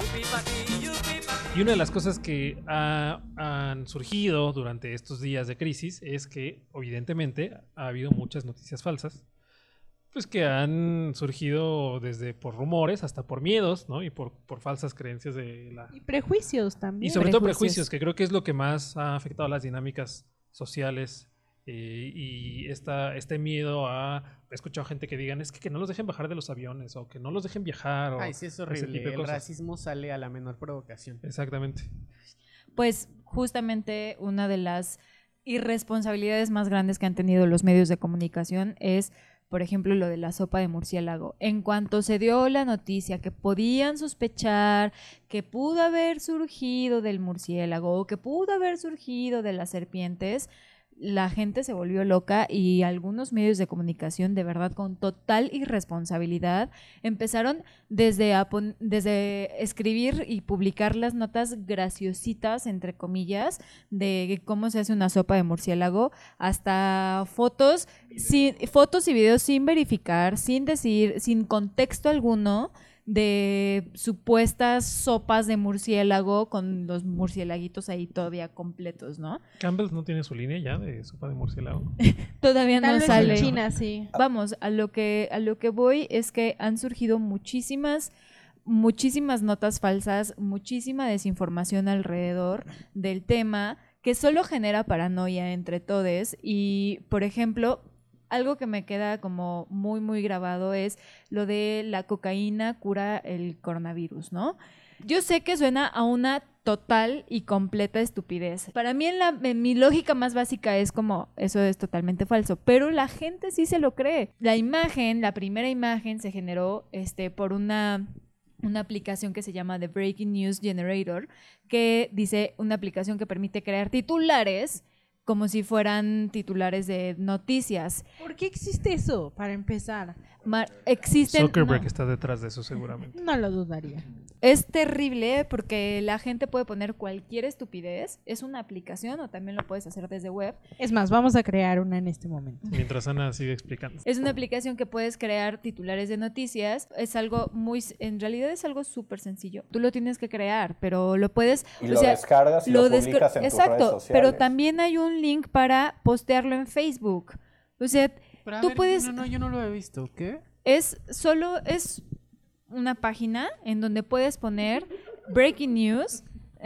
S1: Y una de las cosas que ha- han surgido durante estos días de crisis es que, evidentemente, ha habido muchas noticias falsas, pues que han surgido desde por rumores hasta por miedos, ¿no? Y por, por falsas creencias de la...
S5: Y prejuicios también.
S1: Y sobre todo
S6: prejuicios.
S1: prejuicios, que creo que es lo que más ha afectado las dinámicas sociales eh, y esta, este miedo a... He escuchado gente que digan, es que, que no los dejen bajar de los aviones o que no los dejen viajar. O
S7: Ay, sí, es
S1: ese
S7: horrible.
S1: tipo de
S7: El
S1: cosas.
S7: racismo sale a la menor provocación.
S1: Exactamente.
S6: Pues justamente una de las irresponsabilidades más grandes que han tenido los medios de comunicación es, por ejemplo, lo de la sopa de murciélago. En cuanto se dio la noticia que podían sospechar que pudo haber surgido del murciélago o que pudo haber surgido de las serpientes, la gente se volvió loca y algunos medios de comunicación, de verdad, con total irresponsabilidad, empezaron desde, a pon- desde escribir y publicar las notas graciositas, entre comillas, de cómo se hace una sopa de murciélago, hasta fotos, sin, fotos y videos sin verificar, sin decir, sin contexto alguno, de supuestas sopas de murciélago con los murciélaguitos ahí todavía completos, ¿no?
S1: Campbell's no tiene su línea ya de sopa de murciélago.
S6: Todavía
S5: Tal
S6: no
S5: vez
S6: sale.
S5: en China, sí.
S6: Vamos, a lo que a lo que voy es que han surgido muchísimas muchísimas notas falsas, muchísima desinformación alrededor del tema que solo genera paranoia entre todos y, por ejemplo, algo que me queda como muy muy grabado es lo de la cocaína cura el coronavirus, ¿no? Yo sé que suena a una total y completa estupidez. Para mí, en, la, en mi lógica más básica es como, eso es totalmente falso, pero la gente sí se lo cree. La imagen, la primera imagen se generó este, por una, una aplicación que se llama The Breaking News Generator, que dice una aplicación que permite crear titulares como si fueran titulares de noticias.
S5: ¿Por qué existe eso, para empezar?
S6: Mar- existen...
S1: Zuckerberg
S6: no.
S1: está detrás de eso seguramente.
S5: No lo dudaría.
S6: Es terrible porque la gente puede poner cualquier estupidez. Es una aplicación o también lo puedes hacer desde web.
S5: Es más, vamos a crear una en este momento.
S1: Mientras Ana sigue explicando.
S6: Es una aplicación que puedes crear titulares de noticias. Es algo muy, en realidad es algo súper sencillo. Tú lo tienes que crear, pero lo puedes...
S4: Y
S6: o
S4: lo
S6: sea,
S4: descargas y lo,
S6: descar-
S4: publicas en tus
S6: Exacto,
S4: redes sociales.
S6: pero también hay un link para postearlo en Facebook. O sea,
S7: Pero a
S6: tú
S7: ver,
S6: puedes...
S7: No, no, yo no lo he visto. ¿Qué?
S6: Es solo, es una página en donde puedes poner breaking news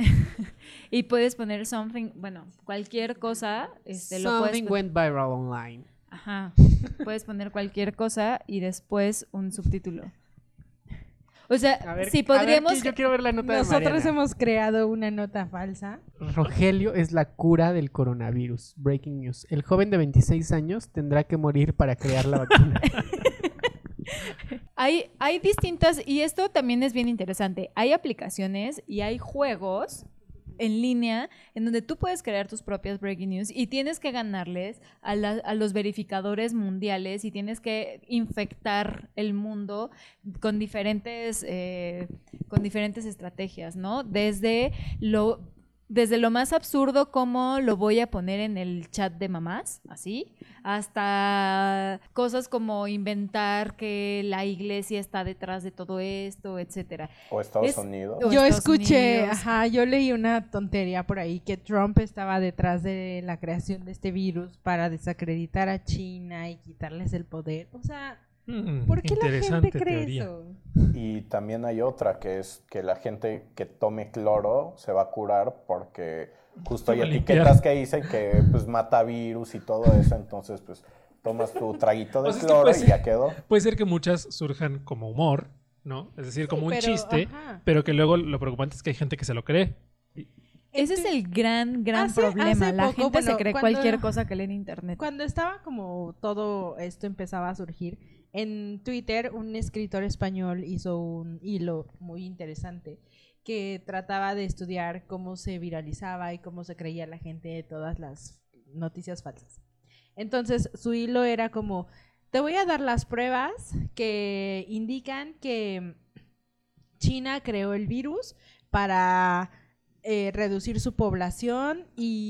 S6: y puedes poner something, bueno, cualquier cosa. Este, lo puedes
S7: Something
S6: pon-
S7: went viral online.
S6: Ajá, puedes poner cualquier cosa y después un subtítulo. O sea,
S7: A ver,
S6: si
S7: a ver,
S6: podríamos...
S7: que yo quiero ver la nota de
S5: Nosotros
S7: Mariana.
S5: hemos creado una nota falsa.
S7: Rogelio es la cura del coronavirus. Breaking news. El joven de veintiséis años tendrá que morir para crear la vacuna.
S6: Hay, hay distintas, y esto también es bien interesante, hay aplicaciones y hay juegos en línea en donde tú puedes crear tus propias breaking news y tienes que ganarles a, la, a los verificadores mundiales y tienes que infectar el mundo con diferentes, eh, con diferentes estrategias, ¿no? Desde lo... Desde lo más absurdo como lo voy a poner en el chat de mamás, así, hasta cosas como inventar que la iglesia está detrás de todo esto, etcétera.
S4: O Estados
S6: Es-
S4: Unidos.
S6: o
S5: Yo
S6: Estados
S5: escuché,
S6: Unidos.
S5: ajá, yo leí una tontería por ahí que Trump estaba detrás de la creación de este virus para desacreditar a China y quitarles el poder. O sea,
S1: Mm,
S5: ¿por qué la
S1: interesante
S5: gente cree
S1: teoría.
S5: eso?
S4: Y también hay otra, que es que la gente que tome cloro se va a curar porque justo hay
S1: Se va a limpiar.
S4: etiquetas que dicen que pues mata virus y todo eso, entonces pues tomas tu traguito de
S1: O sea, es que
S4: cloro
S1: puede
S4: y ya quedó.
S1: Puede ser que muchas surjan como humor, ¿no? Es decir, como un
S5: pero,
S1: chiste,
S5: ajá.
S1: pero que luego lo preocupante es que hay gente que se lo cree.
S6: Ese es el gran, gran
S5: Hace-
S6: problema.
S5: hace
S6: La
S5: poco,
S6: gente se
S5: bueno,
S6: cree
S5: cuando-
S6: cualquier cosa que lee en internet.
S5: Cuando estaba como todo esto empezaba a surgir, en Twitter un escritor español hizo un hilo muy interesante que trataba de estudiar cómo se viralizaba y cómo se creía la gente de todas las noticias falsas. Entonces su hilo era como, te voy a dar las pruebas que indican que China creó el virus para eh, reducir su población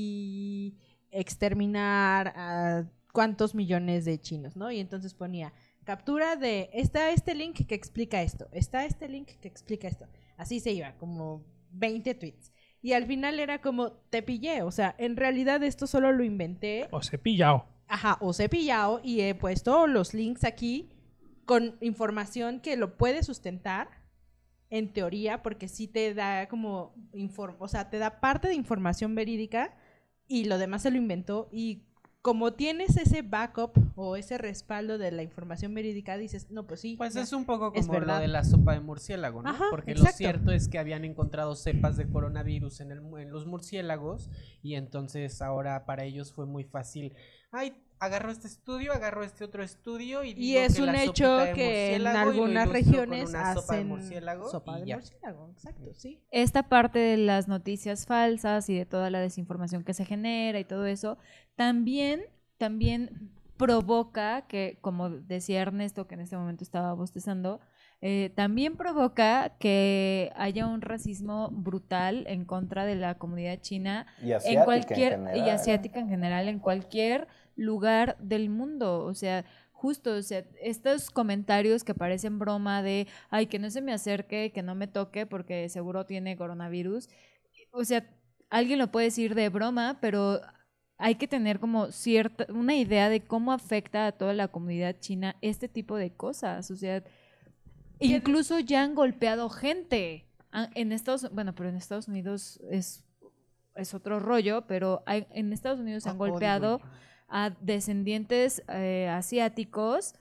S5: y exterminar a cuántos millones de chinos, ¿no? Y entonces ponía captura de, está este link que explica esto, está este link que explica esto. Así se iba, como veinte tweets. Y al final era como, te pillé, o sea, en realidad esto solo lo inventé,
S1: O se pillao.
S5: ajá, os he pillado y he puesto los links aquí con información que lo puede sustentar, en teoría, porque sí te da como, inform o sea, te da parte de información verídica y lo demás se lo inventó y como tienes ese backup o ese respaldo de la información verídica, dices, no, pues sí.
S7: Pues
S5: ya.
S7: es un poco
S5: es
S7: como lo
S5: verdad.
S7: de la sopa de murciélago, ¿no?
S5: Ajá,
S7: Porque
S5: exacto.
S7: lo cierto es que habían encontrado cepas de coronavirus en, el, mu- en los murciélagos y entonces ahora para ellos fue muy fácil. Ay, agarró este estudio, agarró este otro estudio y,
S5: Y
S7: digo
S5: es
S7: que
S5: un
S7: la
S5: hecho
S7: sopita de
S5: que en
S7: murciélago y lo
S5: algunas
S7: ilustró con
S5: regiones
S7: una sopa de
S5: hacen
S7: murciélago
S5: sopa
S7: y
S5: de
S7: ya.
S5: murciélago, exacto, sí.
S6: Esta parte de las noticias falsas y de toda la desinformación que se genera y todo eso, también, también provoca que, como decía Ernesto, que en este momento estaba bostezando, eh, también provoca que haya un racismo brutal en contra de la comunidad china
S4: Y
S6: en
S4: asiática
S6: cualquier
S4: en
S6: y
S4: general.
S6: asiática en general en cualquier lugar del mundo, o sea, justo, o sea, estos comentarios que parecen broma de, ay, que no se me acerque, que no me toque porque seguro tiene coronavirus, o sea, alguien lo puede decir de broma, pero hay que tener como cierta, una idea de cómo afecta a toda la comunidad china este tipo de cosas, o sea, incluso ya han golpeado gente Ah, en Estados, bueno, pero en Estados Unidos es, es otro rollo, pero hay, en Estados Unidos se han
S7: Oh, digo
S6: golpeado
S7: yo.
S6: a descendientes eh, asiáticos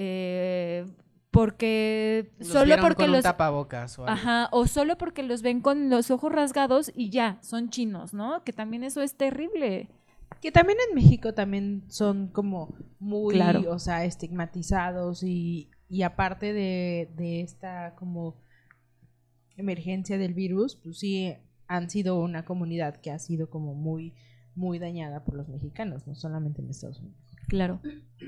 S6: eh, porque
S7: Los
S6: solo
S7: vieron
S6: porque
S7: con un
S6: los
S7: tapabocas o algo.
S6: ajá, o solo porque los ven con los ojos rasgados y ya, son chinos, ¿no? Que también eso es terrible.
S5: Que también en México también son como muy,
S6: Claro.
S5: o sea, estigmatizados y, y aparte de, de esta como emergencia del virus, pues sí han sido una comunidad que ha sido como muy, muy dañada por los mexicanos, no solamente en Estados Unidos.
S6: Claro.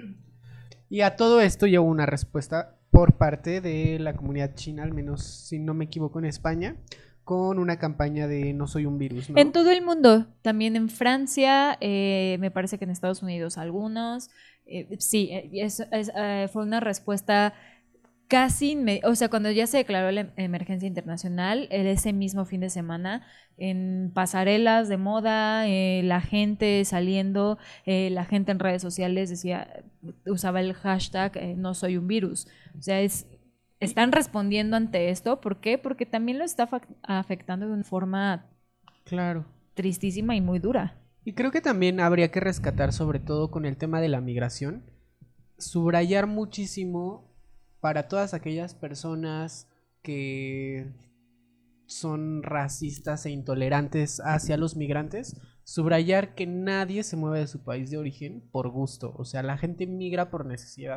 S7: Y a todo esto ya hubo una respuesta por parte de la comunidad china, al menos si no me equivoco en España, con una campaña de no soy un virus, ¿no?
S6: En todo el mundo, también en Francia, eh, me parece que en Estados Unidos algunos, eh, sí, eh, es- es, eh, fue una respuesta casi, inme- o sea, cuando ya se declaró la em- emergencia internacional, el- ese mismo fin de semana, en pasarelas de moda, eh, la gente saliendo, eh, la gente en redes sociales decía, usaba el hashtag eh, no soy un virus, o sea, es... Están respondiendo ante esto, ¿por qué? Porque también lo está fa- afectando de una forma
S7: Claro.
S6: tristísima y muy dura.
S7: Y creo que también habría que rescatar, sobre todo con el tema de la migración, subrayar muchísimo para todas aquellas personas que son racistas e intolerantes hacia los migrantes, subrayar que nadie se mueve de su país de origen por gusto, o sea, la gente migra por necesidad.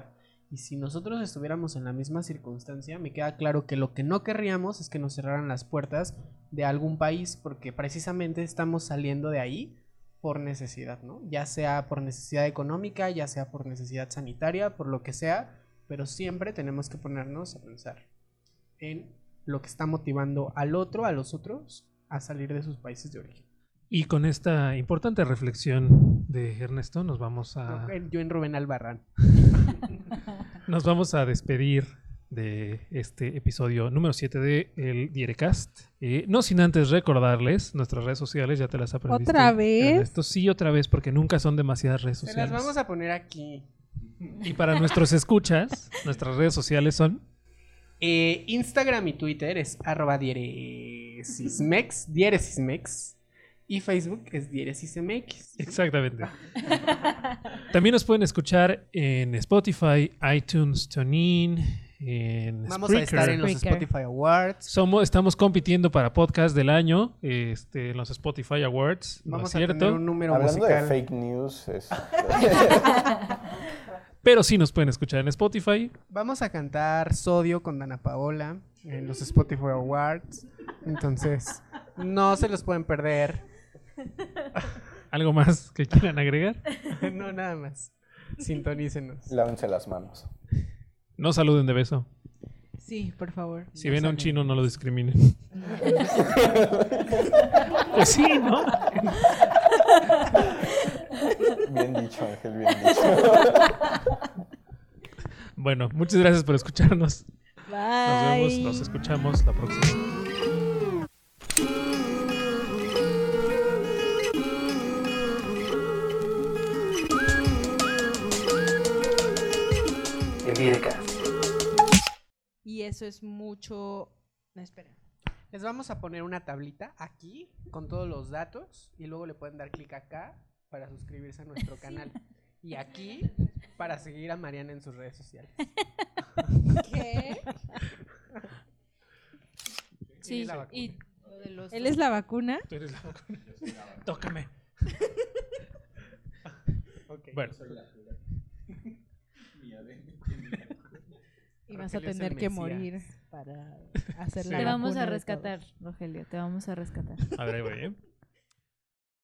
S7: Y si nosotros estuviéramos en la misma circunstancia, me queda claro que lo que no querríamos es que nos cerraran las puertas de algún país, porque precisamente estamos saliendo de ahí por necesidad, ¿no? Ya sea por necesidad económica, ya sea por necesidad sanitaria, por lo que sea, pero siempre tenemos que ponernos a pensar en lo que está motivando al otro, a los otros, a salir de sus países de origen.
S1: Y con esta importante reflexión de Ernesto, nos vamos a...
S7: Yo en Rubén Albarrán.
S1: Nos vamos a despedir de este episodio número siete de el Direcast. Eh, no sin antes recordarles nuestras redes sociales, ya te las aprendiste.
S5: ¿Otra vez?
S1: Ernesto. Sí, otra vez, porque nunca son demasiadas redes
S7: Se
S1: sociales.
S7: las vamos a poner aquí.
S1: Y para nuestros escuchas, nuestras redes sociales son...
S7: Eh, Instagram y Twitter es arroba dieresismex, dieresismex. Y Facebook es dieresismx.
S1: Exactamente. También nos pueden escuchar en Spotify, iTunes, TuneIn, en
S7: Vamos
S1: Spreaker.
S7: a estar en los
S5: Spreaker.
S7: Spotify Awards.
S1: Somos, estamos compitiendo para podcast del año este, en los Spotify Awards, ¿no
S7: Vamos
S1: es
S7: a
S1: cierto?
S7: tener un número
S4: Hablando
S7: musical.
S4: de fake news, es...
S1: Pero sí nos pueden escuchar en Spotify.
S7: Vamos a cantar Sodio con Dana Paola en los Spotify Awards. Entonces, no se los pueden perder.
S1: ¿Algo más que quieran agregar?
S7: No, nada más. Sintonícenos.
S4: Lávense las manos.
S1: No saluden de beso.
S5: Sí, por favor.
S1: Si ven a un chino, no lo discriminen. Pues sí, ¿no?
S4: Bien dicho, Ángel, bien dicho.
S1: Bueno, muchas gracias por escucharnos.
S5: Bye.
S1: Nos vemos, nos escuchamos la próxima. El Direcast.
S5: Y eso es mucho... No, espera.
S7: Les vamos a poner una tablita aquí con todos los datos y luego le pueden dar clic acá para suscribirse a nuestro canal. Y aquí para seguir a Mariana en sus redes sociales.
S5: ¿Qué?
S6: Sí,
S7: la vacuna.
S6: y lo de los-
S5: ¿Él es la vacuna?
S1: Tú eres la vacuna. Tócame.
S7: Okay.
S1: Bueno,
S5: Y vas a
S7: Rogelio es
S5: tener
S7: el
S5: que
S7: Mesías.
S5: morir para hacer
S1: Sí.
S5: la
S6: Te vamos
S5: vacuna
S6: a
S5: de
S6: rescatar, Rogelio, te vamos a rescatar.
S1: a ver, ahí voy, ¿eh?